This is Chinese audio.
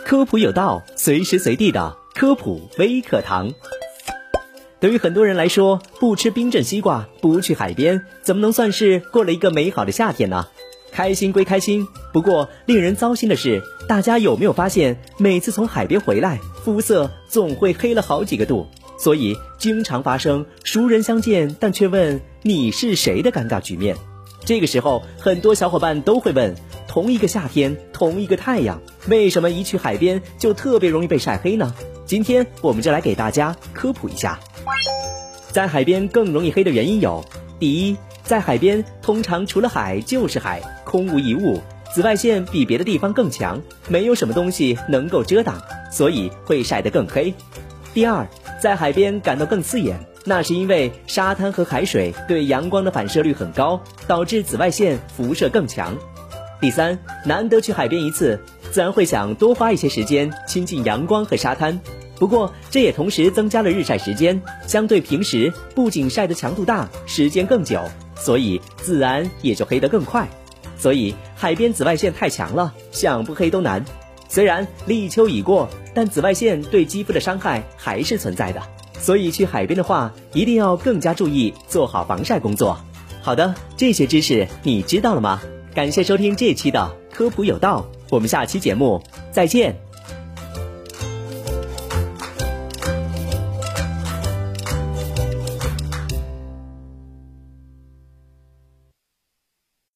科普有道，随时随地的科普微课堂。对于很多人来说，不吃冰镇西瓜，不去海边，怎么能算是过了一个美好的夏天呢？开心归开心，不过令人糟心的是，大家有没有发现，每次从海边回来，肤色总会黑了好几个度，所以经常发生熟人相见但却问你是谁的尴尬局面。这个时候，很多小伙伴都会问，同一个夏天，同一个太阳，为什么一去海边就特别容易被晒黑呢？今天我们就来给大家科普一下。在海边更容易黑的原因有：第一，在海边通常除了海就是海，空无一物，紫外线比别的地方更强，没有什么东西能够遮挡，所以会晒得更黑。第二，在海边感到更刺眼，那是因为沙滩和海水对阳光的反射率很高，导致紫外线辐射更强。第三，难得去海边一次，自然会想多花一些时间亲近阳光和沙滩。不过这也同时增加了日晒时间，相对平时不仅晒得强度大，时间更久，所以自然也就黑得更快。所以海边紫外线太强了，想不黑都难。虽然立秋已过，但紫外线对肌肤的伤害还是存在的，所以去海边的话，一定要更加注意做好防晒工作。好的，这些知识你知道了吗？感谢收听这期的科普有道，我们下期节目再见。